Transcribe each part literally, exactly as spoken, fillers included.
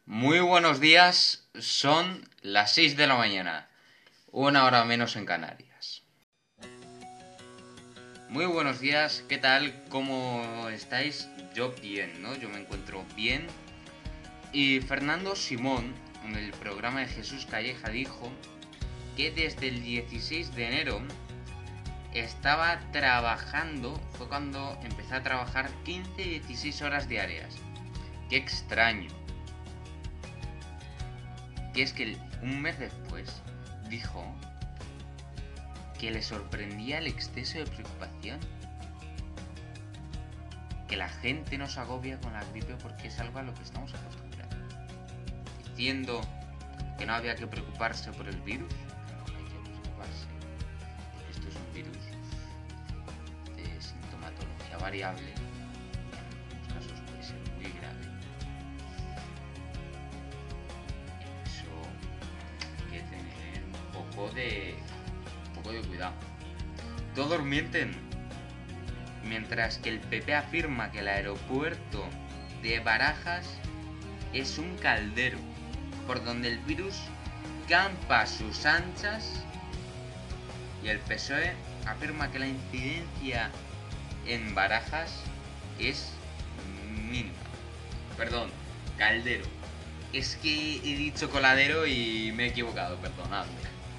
Muy buenos días, son las seis de la mañana, una hora menos en Canarias. Muy buenos días, ¿qué tal? ¿Cómo estáis? Yo bien, ¿no? Yo me encuentro bien. Y Fernando Simón, en el programa de Jesús Calleja, dijo que desde el dieciséis de enero estaba trabajando, fue cuando empezó a trabajar quince a dieciséis horas diarias. ¡Qué extraño! Que es que un mes después dijo que le sorprendía el exceso de preocupación, que la gente nos agobia con la gripe porque es algo a lo que estamos acostumbrados, diciendo que no había que preocuparse por el virus. No hay que preocuparse, porque esto es un virus de sintomatología variable, en algunos casos puede ser muy grave. Eso hay que tener un poco de un poco de cuidado. Todos mienten. Mientras que el P P afirma que el aeropuerto de Barajas es un caldero por donde el virus campa a sus anchas, y el P S O E afirma que la incidencia en Barajas es mínima. Perdón, caldero. Es que he dicho coladero y me he equivocado, perdonadme.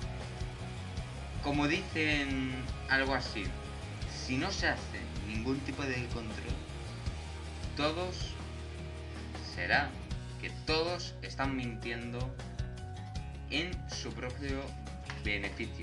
Como dicen algo así, si no se hace ningún tipo de control, todos será que todos están mintiendo en su propio beneficio.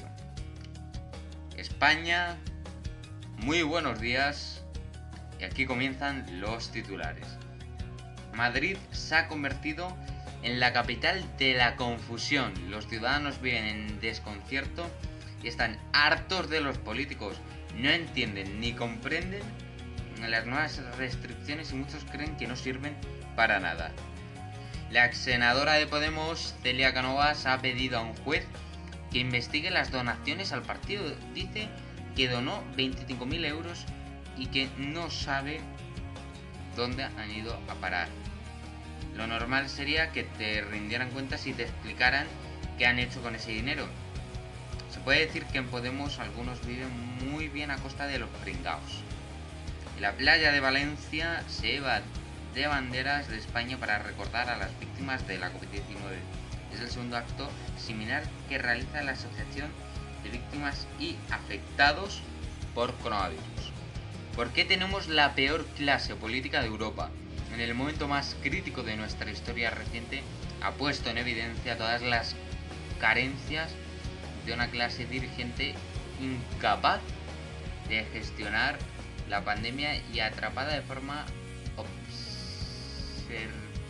España, muy buenos días, y aquí comienzan los titulares. Madrid se ha convertido en la capital de la confusión. Los ciudadanos viven en desconcierto y están hartos de los políticos. No entienden ni comprenden las nuevas restricciones y muchos creen que no sirven para nada. La ex senadora de Podemos, Celia Cánovas, ha pedido a un juez que investigue las donaciones al partido. Dice que donó veinticinco mil euros y que no sabe dónde han ido a parar. Lo normal sería que te rindieran cuentas y te explicaran qué han hecho con ese dinero. Se puede decir que en Podemos algunos viven muy bien a costa de los pringaos. En la playa de Valencia se lleva de banderas de España para recordar a las víctimas de la COVID diecinueve. Es el segundo acto similar que realiza la Asociación de Víctimas y Afectados por Coronavirus. ¿Por qué tenemos la peor clase política de Europa? En el momento más crítico de nuestra historia reciente ha puesto en evidencia todas las carencias de una clase dirigente incapaz de gestionar la pandemia y atrapada de forma obser...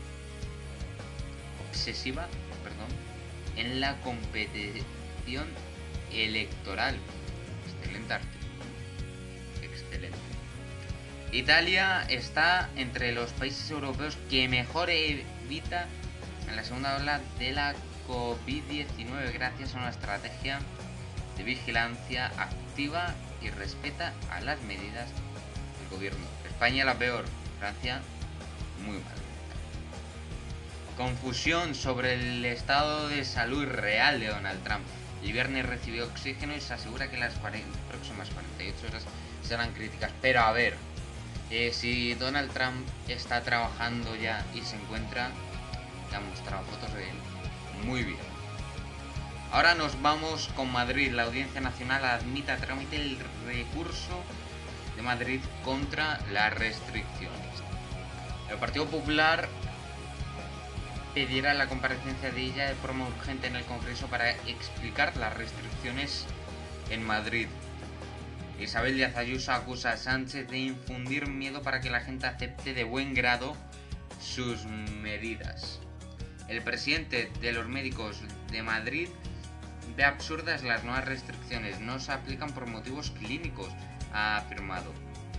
obsesiva perdón, en la competición electoral. Excelente artículo. Excelente. Italia está entre los países europeos que mejor evita en la segunda ola de la COVID diecinueve gracias a una estrategia de vigilancia activa y respeta a las medidas del gobierno. España la peor, Francia muy mal. Confusión sobre el estado de salud real de Donald Trump. El viernes recibió oxígeno y se asegura que las próximas cuarenta y ocho horas serán críticas. Pero a ver, eh, si Donald Trump está trabajando ya y se encuentra, ya han mostrado fotos de él, muy bien. Ahora nos vamos con Madrid. La Audiencia Nacional admite a trámite el recurso de Madrid contra las restricciones. El Partido Popular pedirá la comparecencia de ella de forma urgente en el Congreso para explicar las restricciones en Madrid. Isabel Díaz Ayuso acusa a Sánchez de infundir miedo para que la gente acepte de buen grado sus medidas. El presidente de los médicos de Madrid ve absurdas las nuevas restricciones, no se aplican por motivos clínicos, ha afirmado.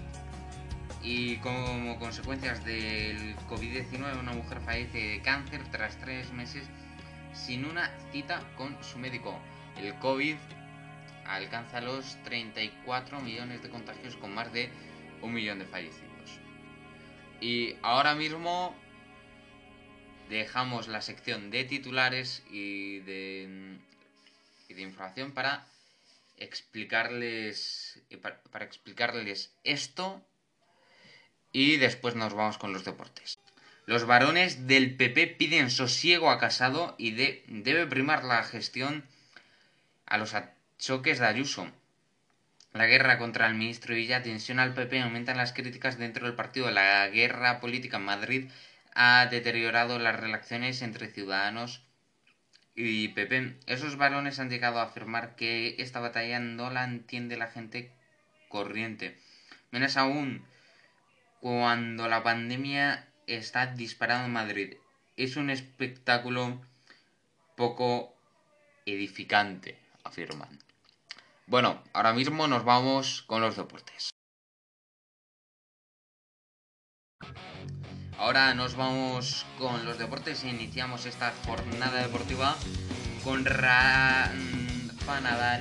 Y como consecuencias del COVID diecinueve, una mujer fallece de cáncer tras tres meses sin una cita con su médico. El COVID alcanza los treinta y cuatro millones de contagios con más de un millón de fallecidos. Y ahora mismo dejamos la sección de titulares y de, y de información para explicarles para, para explicarles esto, y después nos vamos con los deportes. Los varones del P P piden sosiego a Casado y de, debe primar la gestión a los choques de Ayuso. La guerra contra el ministro Illa tensiona al P P, aumentan las críticas dentro del partido. La guerra política en Madrid ha deteriorado las relaciones entre Ciudadanos y P P. Esos varones han llegado a afirmar que esta batalla no la entiende la gente corriente. Menos aún cuando la pandemia está disparada en Madrid. Es un espectáculo poco edificante, afirman. Bueno, ahora mismo nos vamos con los deportes. Ahora nos vamos con los deportes e iniciamos esta jornada deportiva con Rafa Nadal.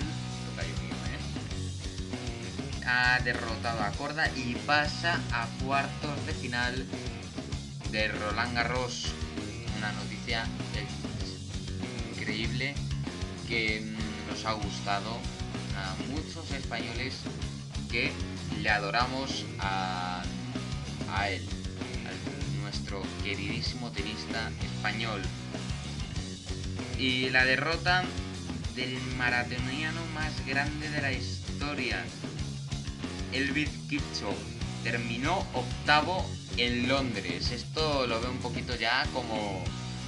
Ha derrotado a Korda y pasa a cuartos de final de Roland Garros. Una noticia increíble que nos ha gustado a muchos españoles que le adoramos a, a él, a nuestro queridísimo tenista español. Y la derrota del maratoniano más grande de la historia, Eliud Kipchoge, terminó octavo en Londres. Esto lo veo un poquito ya como,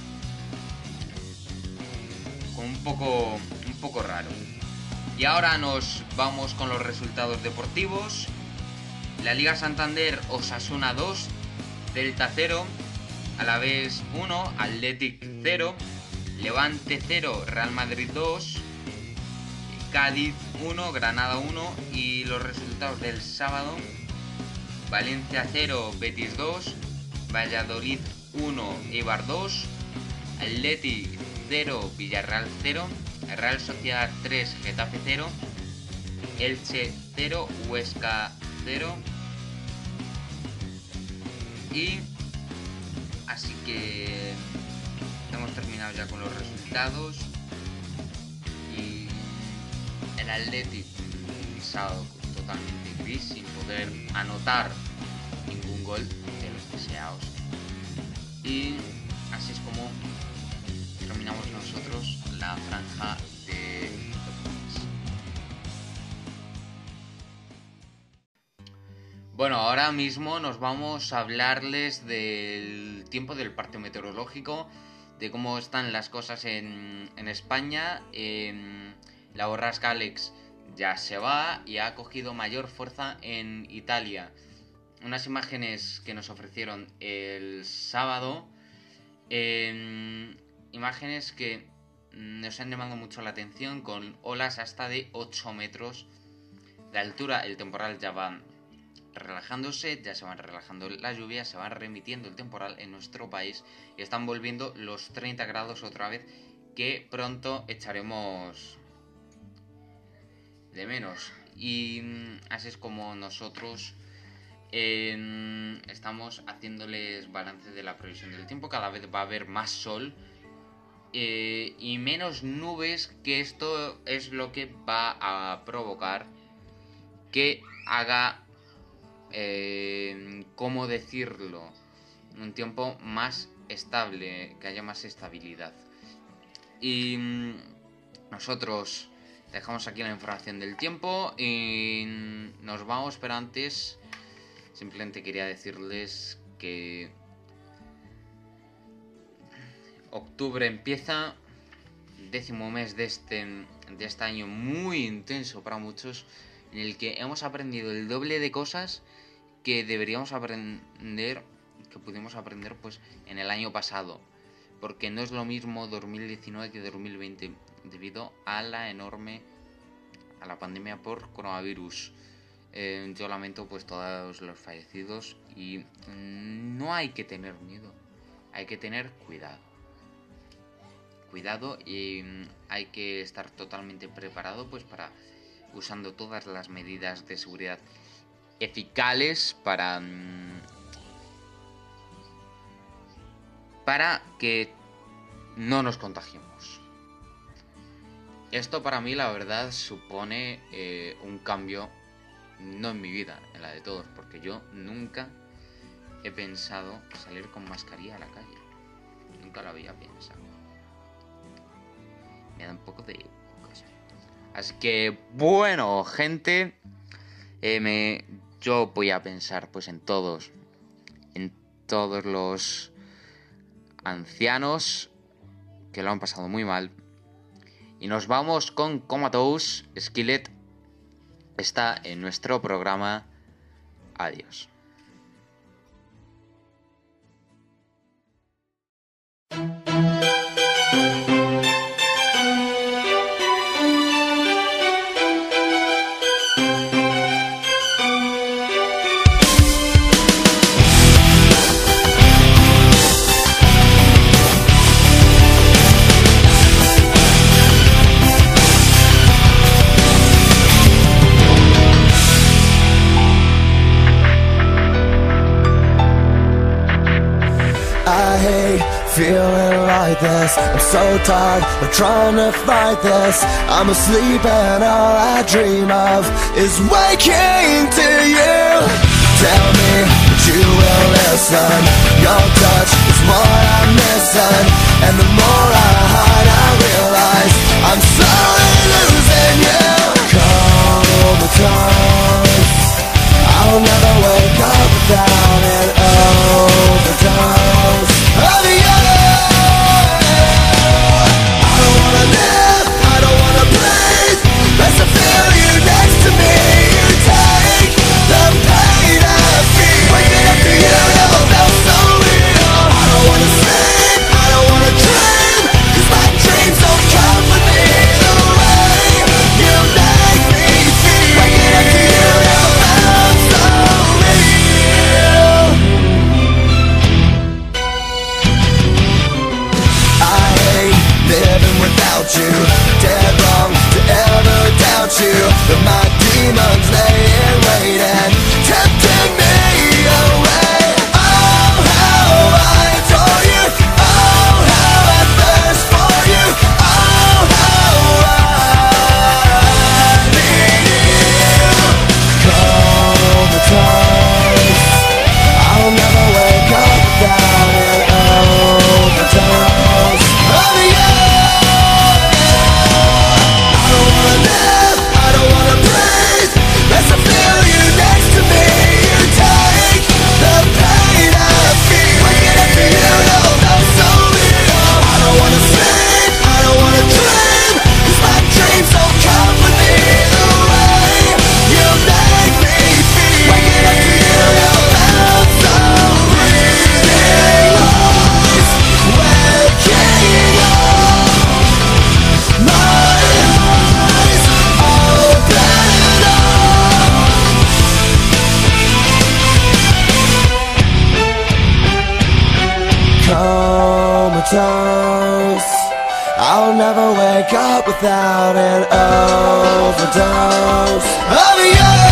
como un poco, un poco raro. Y ahora nos vamos con los resultados deportivos. La Liga Santander, Osasuna dos, Celta cero, Alavés uno, Athletic cero, Levante cero, Real Madrid dos, Cádiz uno, Granada uno. Y los resultados del sábado: Valencia cero, Betis dos, Valladolid uno, Eibar dos, Athletic cero, Villarreal cero, Real Sociedad tres, Getafe cero, Elche cero, Huesca cero. Y así que hemos terminado ya con los resultados. Y el Athletic pisado totalmente gris, sin poder anotar ningún gol de los deseados. Y así es como terminamos nosotros la franja de deportes. Bueno, ahora mismo nos vamos a hablarles del tiempo, del parte meteorológico, de cómo están las cosas en, en España. En la borrasca Alex ya se va y ha cogido mayor fuerza en Italia. Unas imágenes que nos ofrecieron el sábado, eh, imágenes que nos han llamado mucho la atención, con olas hasta de ocho metros de altura. El temporal ya va relajándose, ya se van relajando las lluvias, se van remitiendo el temporal en nuestro país y están volviendo los treinta grados otra vez, que pronto echaremos de menos. Y así es como nosotros eh, estamos haciéndoles balance de la previsión del tiempo. Cada vez va a haber más sol eh, y menos nubes, que esto es lo que va a provocar que haga, eh, ¿cómo decirlo?, un tiempo más estable, que haya más estabilidad. Y nosotros dejamos aquí la información del tiempo y nos vamos, pero antes simplemente quería decirles que octubre empieza, décimo mes de este, de este año muy intenso para muchos, en el que hemos aprendido el doble de cosas que deberíamos aprender, que pudimos aprender pues en el año pasado, porque no es lo mismo dos mil diecinueve que dos mil veinte, debido a la enorme, a la pandemia por coronavirus. Eh, yo lamento pues todos los fallecidos y no hay que tener miedo, hay que tener cuidado. Cuidado y hay que estar totalmente preparado pues para, usando todas las medidas de seguridad eficaces para para que no nos contagiemos. Esto para mí la verdad supone eh, un cambio, no en mi vida, en la de todos, porque yo nunca he pensado salir con mascarilla a la calle. Nunca lo había pensado. Me da un poco de cosa. Así que, bueno, gente, eh, me, yo voy a pensar pues en todos, en todos los ancianos que lo han pasado muy mal. Y nos vamos con Comatose. Skillet está en nuestro programa. Adiós. Feeling like this, I'm so tired of trying to fight this. I'm asleep and all I dream of is waking to you. Tell me that you will listen. Your touch is what I'm missing, and the more I hide I realize I'm slowly losing you. Comatose, I'll never wake up without an overdose of you. You, dead wrong to ever doubt you, but my demons lay in wait and tempting me away. Oh, how I adore you, oh, how I thirst for you, oh, how I need you. Comatose, I'll never wake up without an overdose of you. Comatose, I'll never wake up without an overdose of you.